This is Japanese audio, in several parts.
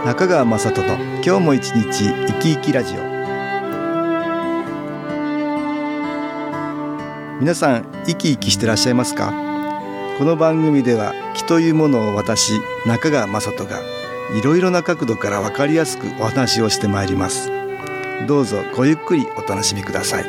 中川雅人の今日も一日生き生きラジオ。皆さん生き生きしてらっしゃいますか？この番組では気というものを私中川雅人がいろいろな角度から分かりやすくお話をしてまいります。どうぞごゆっくりお楽しみください。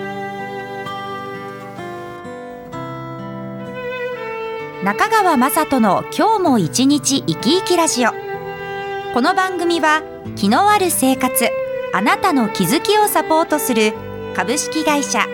中川雅人の今日も一日生き生きラジオ。この番組は気のある生活、あなたの気づきをサポートする株式会社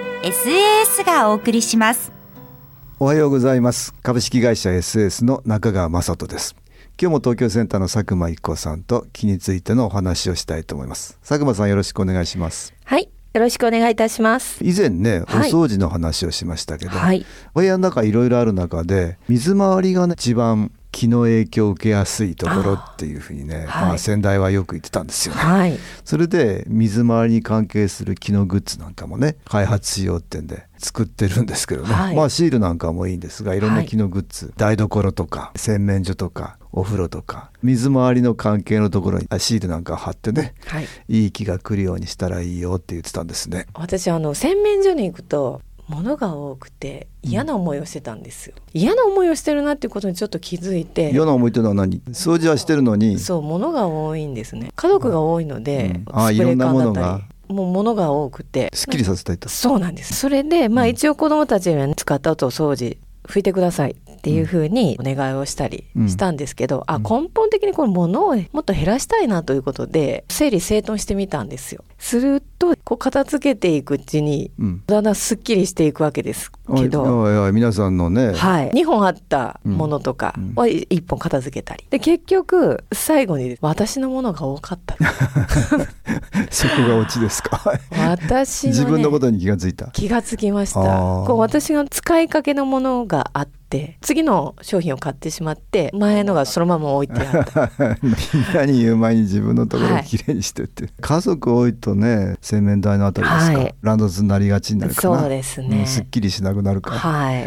SAS がお送りします。 おはようございます。株式会社 SAS の中川雅人です。今日も東京センターの佐久間一子さんと気についてのお話をしたいと思います。佐久間さん、よろしくお願いします。 はい、よろしくお願いいたします。 以前ね、 はい、 お掃除の話をしましたけど、 はい、 お部屋の中いろいろある中で水回りがね一番気の影響を受けやすいところっていうふうにね、先代はよく言ってたんですよね。 はい、 それで水回りに関係する機能グッズなんかもね開発しようってんで作ってるんですけどね、 はい、 シールなんかもいいんですが、いろんな機能グッズ、台所とか洗面所とかお風呂とか水回りの関係のところにシールなんか貼ってね、いい気が来るようにしたらいいよって言ってたんですね。 私洗面所に行くと物が多くて嫌な思いをしてたんですよ。嫌な思いをしてるなっていうことにちょっと気づいて。 嫌な思いっていうのは何？掃除はしてるのにそう、物が多いんですね。家族が多いので、スプレー缶だったりいろんなものがもう物が多くてすっきりさせたいと。 そうなんです。それで、一応子どもたちには、使った後掃除拭いてくださいっていう風にお願いをしたりしたんですけど、根本的にこの物をもっと減らしたいなということで整理整頓してみたんですよ。すると片付けていくうちにだんだんすっきりしていくわけですけど、 皆さんのね、 2本あったものとかは1本片付けたりで、結局最後に私のものが多かったそこがオチですか？ 私の、ね、 自分のことに気がつきました。 私が使いかけのものがあって次の商品を買ってしまって前のがそのまま置いてあったみんなに言う前に自分のところをきれいにしてって、家族多いとね、洗面台のあたりですか、乱雑になりがちになるかな。 そうですね、 すっきりしなくなるから、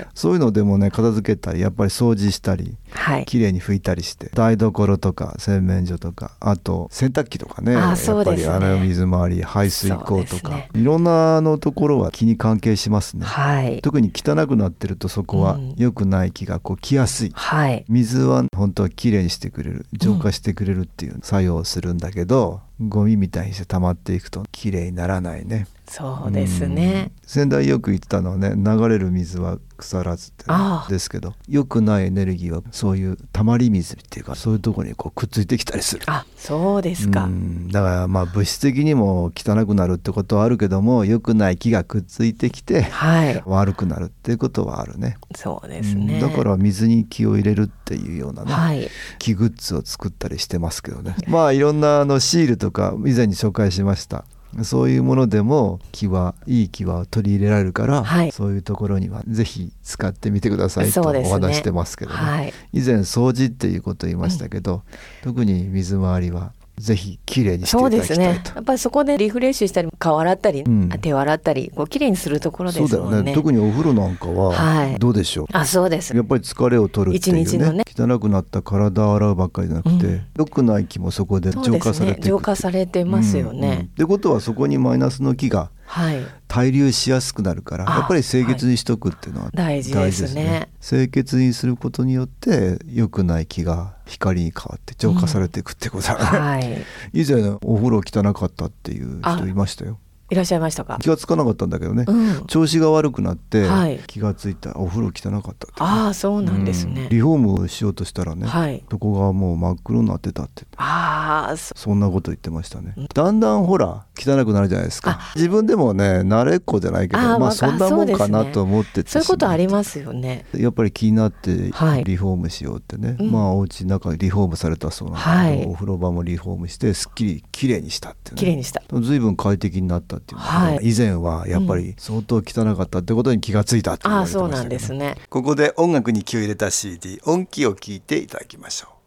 そういうのでもね、片付けたりやっぱり掃除したり、きれいに拭いたりして、台所とか洗面所とか、あと洗濯機とかね、やっぱり水回り、排水口とか、いろんなところは気に関係しますね。特に汚くなってるとそこは良くない気が来やすい。水は本当はきれいにしてくれる、浄化してくれるっていう作用をするんだけど、ゴミみたいにして溜まっていくときれいにならないね。 そうですね。 先代よく言ってたのはね、流れる水は腐らずってですけど、良くないエネルギーはそういう溜まり水っていうか、そういうところにくっついてきたりする。 そうですか。 だから物質的にも汚くなるってことはあるけども、良くない気がくっついてきて、悪くなるっていうことはあるね。 そうですね。 だから水に気を入れるっていうようなね、気グッズを作ったりしてますけどね。いろんなシールとか以前に紹介しました。そういうものでもいい気は取り入れられるから、そういうところにはぜひ使ってみてくださいとお話してますけどね。以前掃除っていうことを言いましたけど、特に水回りはぜひきれいにしていただきたいと。 そうですね。やっぱりそこでリフレッシュしたり、顔洗ったり、手を洗ったり、きれいにするところですもんね。 そうだよね。特にお風呂なんかはどうでしょう？そうです。やっぱり疲れを取るっていうね。一日のね、汚くなった体を洗うばっかりじゃなくて、良くない気もそこで浄化されていく。 浄化されてますよね。 ってことはそこにマイナスの気が滞留しやすくなるから、やっぱり清潔にしとくっていうのは大事ですね。清潔にすることによって良くない気が光に変わって浄化されていくってことだね。以前お風呂汚かったっていう人いましたよ。 いらっしゃいましたか？ 気がつかなかったんだけどね、調子が悪くなって、気がついたらお風呂汚かったって、 そうなんですね。 リフォームをしようとしたらね、そこがもう真っ黒になってたって、そんなこと言ってましたね。だんだんほら汚くなるじゃないですか。自分でもね、慣れっこじゃないけど、そんなもんかなと思ってて、 そういうことありますよね。 やっぱり気になってリフォームしようってね、お家の中リフォームされたそうなんだけど、お風呂場もリフォームしてすっきりきれいにしたってね、 きれいにした。 随分快適になったっていうので、以前はやっぱり相当汚かったってことに気がついたって言われてましたけど、 そうなんですね。 ここで音楽に気を入れた CD 音気を聞いていただきましょう。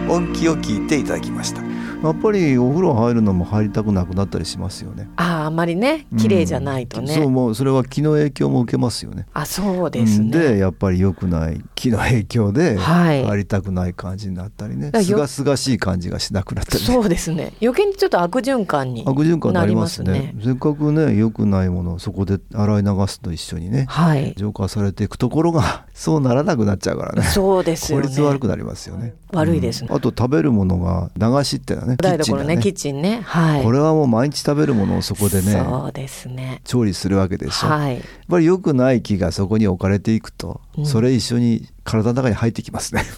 音気を聞いていただきました。やっぱりお風呂入るのも入りたくなくなったりしますよね。 あんまりね綺麗じゃないとね、 そう、もうそれは気の影響も受けますよね。 そうですね。 でやっぱり良くない気の影響で入りたくない感じになったりね、すがすがしい感じがしなくなったり、ね、 そうですね。余計にちょっと悪循環になりますね。 せっかくね良くないものをそこで洗い流すと一緒にね、浄化されていくところがそうならなくなっちゃうからね。 そうですよね。 効率悪くなりますよね。 悪いですね。 あと食べるものが流しってのはね、 台所ね、キッチンね、 これはもう毎日食べるものをそこでね、 そうですね、 調理するわけでしょ。やっぱり良くない気がそこに置かれていくと、それ一緒に体の中に入ってきますね。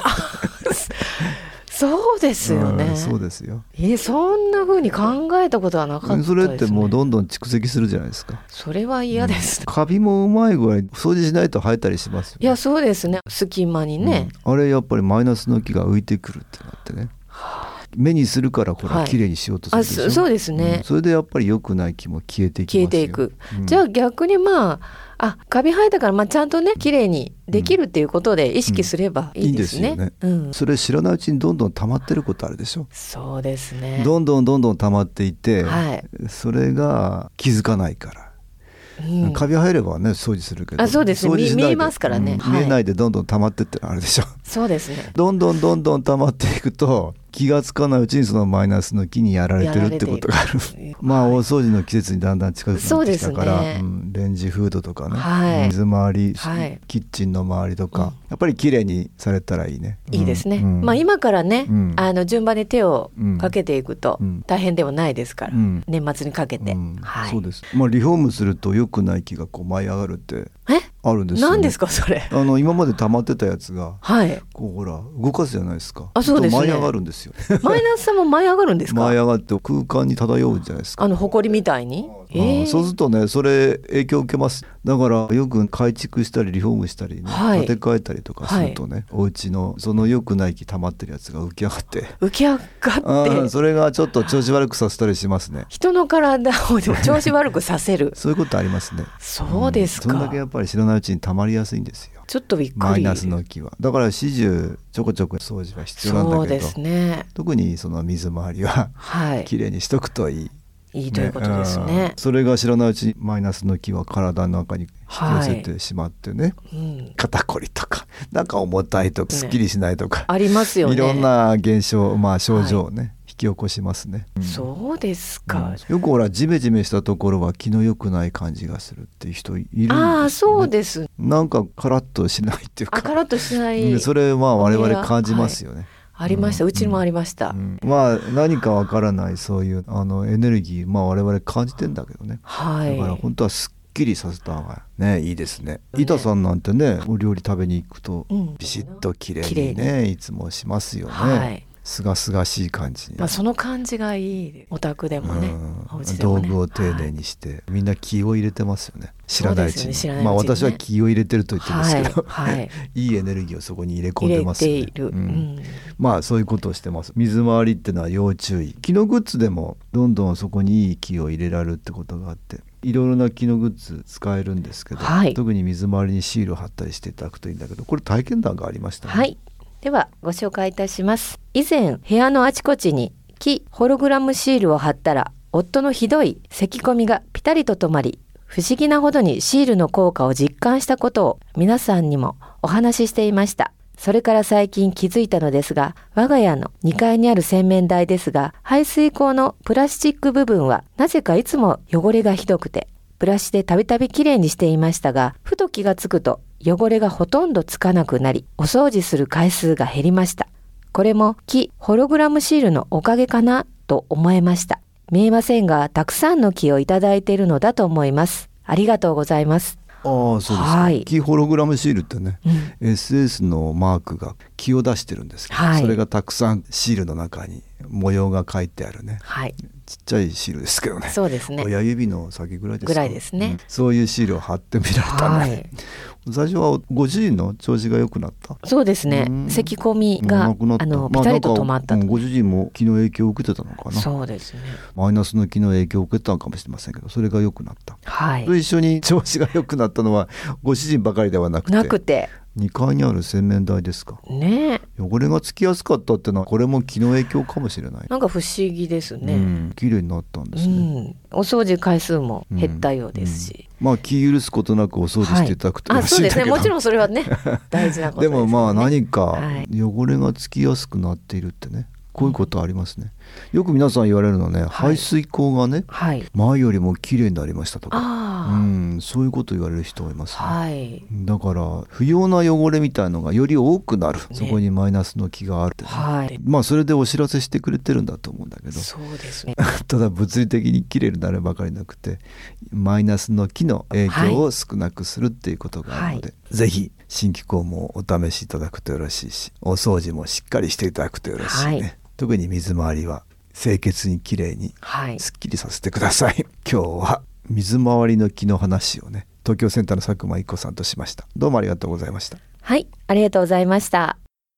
そうですよね。 そうですよ。 そんな風に考えたことはなかったですね。 それってもうどんどん蓄積するじゃないですか。 それは嫌ですね。 カビもうまいぐらい掃除しないと生えたりしますよね。 いやそうですね。隙間にね、 あれやっぱりマイナスの気が浮いてくるってなってね、目にするからこれきれいにしようとするでしょ。 そうですね。 それでやっぱり良くない気も消えていきますよ。 消えていく、じゃあ逆にカビ生えたからちゃんとねきれいにできるっていうことで意識すればいいですね。 いいですよね。それ知らないうちにどんどん溜まってることあるでしょ。 そうですね。 どんどん溜まっていて、それが気づかないから。カビ生えればね掃除するけど、 そうですね、見えますからね、 見えないでどんどん溜まってってのあるでしょ。 そうですね。 どんどん溜まっていくと気がつかないうちにそのマイナスの気にやられてるってことがある。大掃除の季節にだんだん近くなってきたから、レンジフードとかね、水回り、キッチンの周りとか、やっぱりきれいにされたらいいね。 いいですね。今からね、順番に手をかけていくと大変ではないですから、年末にかけて、 そうです。リフォームすると良くない気がこう舞い上がるってあるんですよね。 何ですかそれ。 今まで溜まってたやつが、こうほら動かすじゃないですか。 そうですね。 舞い上がるんですよ。 マイナスさも舞い上がるんですか。 舞い上がって空間に漂うじゃないですか。 埃みたいに。 そうするとね、それ影響を受けます。だからよく改築したりリフォームしたりね、建て替えたりとかするとね、お家のその良くない気溜まってるやつが浮き上がってそれがちょっと調子悪くさせたりしますね。 人の体を調子悪くさせる。 そういうことありますね。 そうですか。 そんだけやっぱり知らないうちに溜まりやすいんですよ。 ちょっとびっくり。 マイナスの気は。だから始終ちょこちょこ掃除が必要なんだけど、 そうですね、 特にその水回りはきれいにしとくといい。 いいということですね。 それが知らないうちにマイナスの気は体の中に引き寄せてしまってね、肩こりとかなんか重たいとかすっきりしないとか、 ありますよね。 いろんな現象、症状をね、引き起こしますね。 そうですか。 よくほらジメジメしたところは気の良くない感じがするっていう人いるんですよね。 そうです。 なんかカラッとしないっていうか、 カラッとしない。 それ我々感じますよね。 ありました。うちにもありました。 何かわからないそういうエネルギー、我々感じてんだけどね。だから本当はすっきりさせた方がねいいですね。板さんなんてね、お料理食べに行くとビシッときれいにねいつもしますよね。すがすがしい感じに、 その感じがいい。お宅でもね、お家でもね、 道具を丁寧にして、みんな気を入れてますよね。知らないうちに。私は気を入れてると言ってますけど、いいエネルギーをそこに入れ込んでますよね。そういうことをしてます。水回りってのは要注意。木のグッズでもどんどんそこにいい気を入れられるってことがあって、いろいろな木のグッズ使えるんですけど、特に水回りにシールを貼ったりしていただくといいんだけど、これ体験談がありましたね。 ではご紹介いたします。以前部屋のあちこちに木ホログラムシールを貼ったら、夫のひどい咳込みがピタリと止まり、不思議なほどにシールの効果を実感したことを皆さんにもお話ししていました。それから最近気づいたのですが、我が家の2階にある洗面台ですが、排水口のプラスチック部分はなぜかいつも汚れがひどくて、ブラシでたびたびきれいにしていましたが、ふと気がつくと汚れがほとんどつかなくなり、お掃除する回数が減りました。これも木ホログラムシールのおかげかなと思えました。見えませんが、たくさんの木をいただいているのだと思います。ありがとうございます。 そうですか。木ホログラムシールってね、SS のマークが木を出してるんですけど、それがたくさんシールの中に模様が書いてあるね、ちっちゃいシールですけどね。 そうですね。 親指の先ぐらいですか。 ぐらいですね。 そういうシールを貼ってみられたね。最初はご主人の調子が良くなった。 そうですね。咳込みがピタリと止まったと。 ご主人も気の影響を受けてたのかな。 そうですね。 マイナスの気の影響を受けたのかもしれませんけど、それが良くなった。と一緒に調子が良くなったのはご主人ばかりではなくて 2階にある洗面台ですかね。 汚れがつきやすかったってのはこれも気の影響かもしれない。 なんか不思議ですね。 綺麗になったんですね。 お掃除回数も減ったようですし、 まあ気許すことなくお掃除していただくとよろしいんだけど、 そうですね、もちろんそれはね大事なことですね。 でもまあ何か汚れがつきやすくなっているってね、こういうことありますね。よく皆さん言われるのね、排水口がね、前よりも綺麗になりましたとか、そういうこと言われる人がいますね。だから不要な汚れみたいのがより多くなる、そこにマイナスの気があるってね、まあそれでお知らせしてくれてるんだと思うんだけど、 そうですねただ物理的に綺麗になるばかりなくて、マイナスの気の影響を少なくするっていうことがあるので、ぜひ新機構もお試しいただくとよろしいし、お掃除もしっかりしていただくとよろしいね。特に水回りは清潔にきれいにすっきりさせてください。今日は水回りの気の話をね、東京センターの佐久間一子さんとしました。どうもありがとうございました。 はい、ありがとうございました。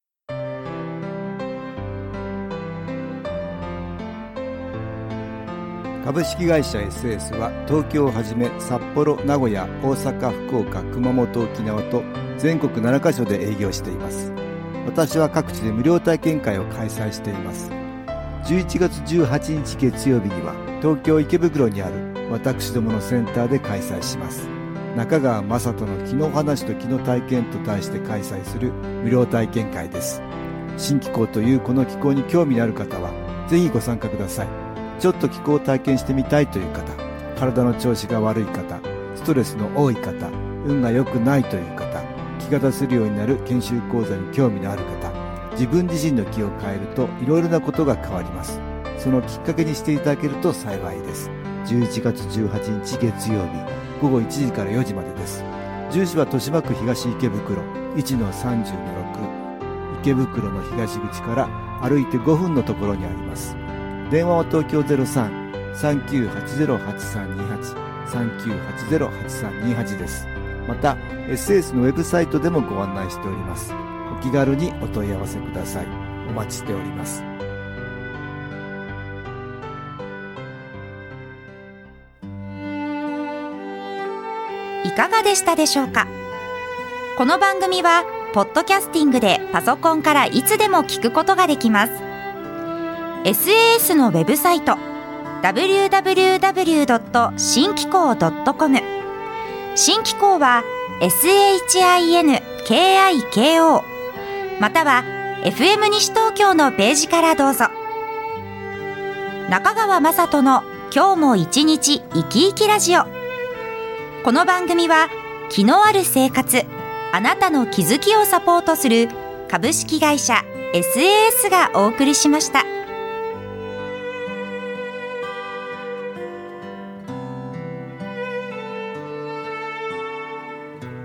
株式会社 SS は東京をはじめ札幌、名古屋、大阪、福岡、熊本、沖縄と全国7カ所で営業しています。私は各地で無料体験会を開催しています。11月18日月曜日には東京池袋にある私どものセンターで開催します。中川雅人の気の話と気の体験と題して開催する無料体験会です。新気候というこの気候に興味のある方はぜひご参加ください。ちょっと気候を体験してみたいという方、体の調子が悪い方、ストレスの多い方、運が良くないという方、気が出せるようになる研修講座に興味のある方、自分自身の気を変えるといろいろなことが変わります。そのきっかけにしていただけると幸いです。11月18日月曜日午後1時から4時までです。住所は豊島区東池袋 1-30-6、 池袋の東口から歩いて5分のところにあります。電話は東京 03-3980-8328 3980-8328 です。また SS のウェブサイトでもご案内しております。お気軽にお問い合わせください。お待ちしております。 いかがでしたでしょうか。この番組はポッドキャスティングでパソコンからいつでも聞くことができます。 SAS のウェブサイト www.新機構.com、 新機構は SHINKIKO、 または FM 西東京のページからどうぞ。中川雅人の今日も一日生き生きラジオ。この番組は気のある生活、あなたの気づきをサポートする株式会社 SAS がお送りしました。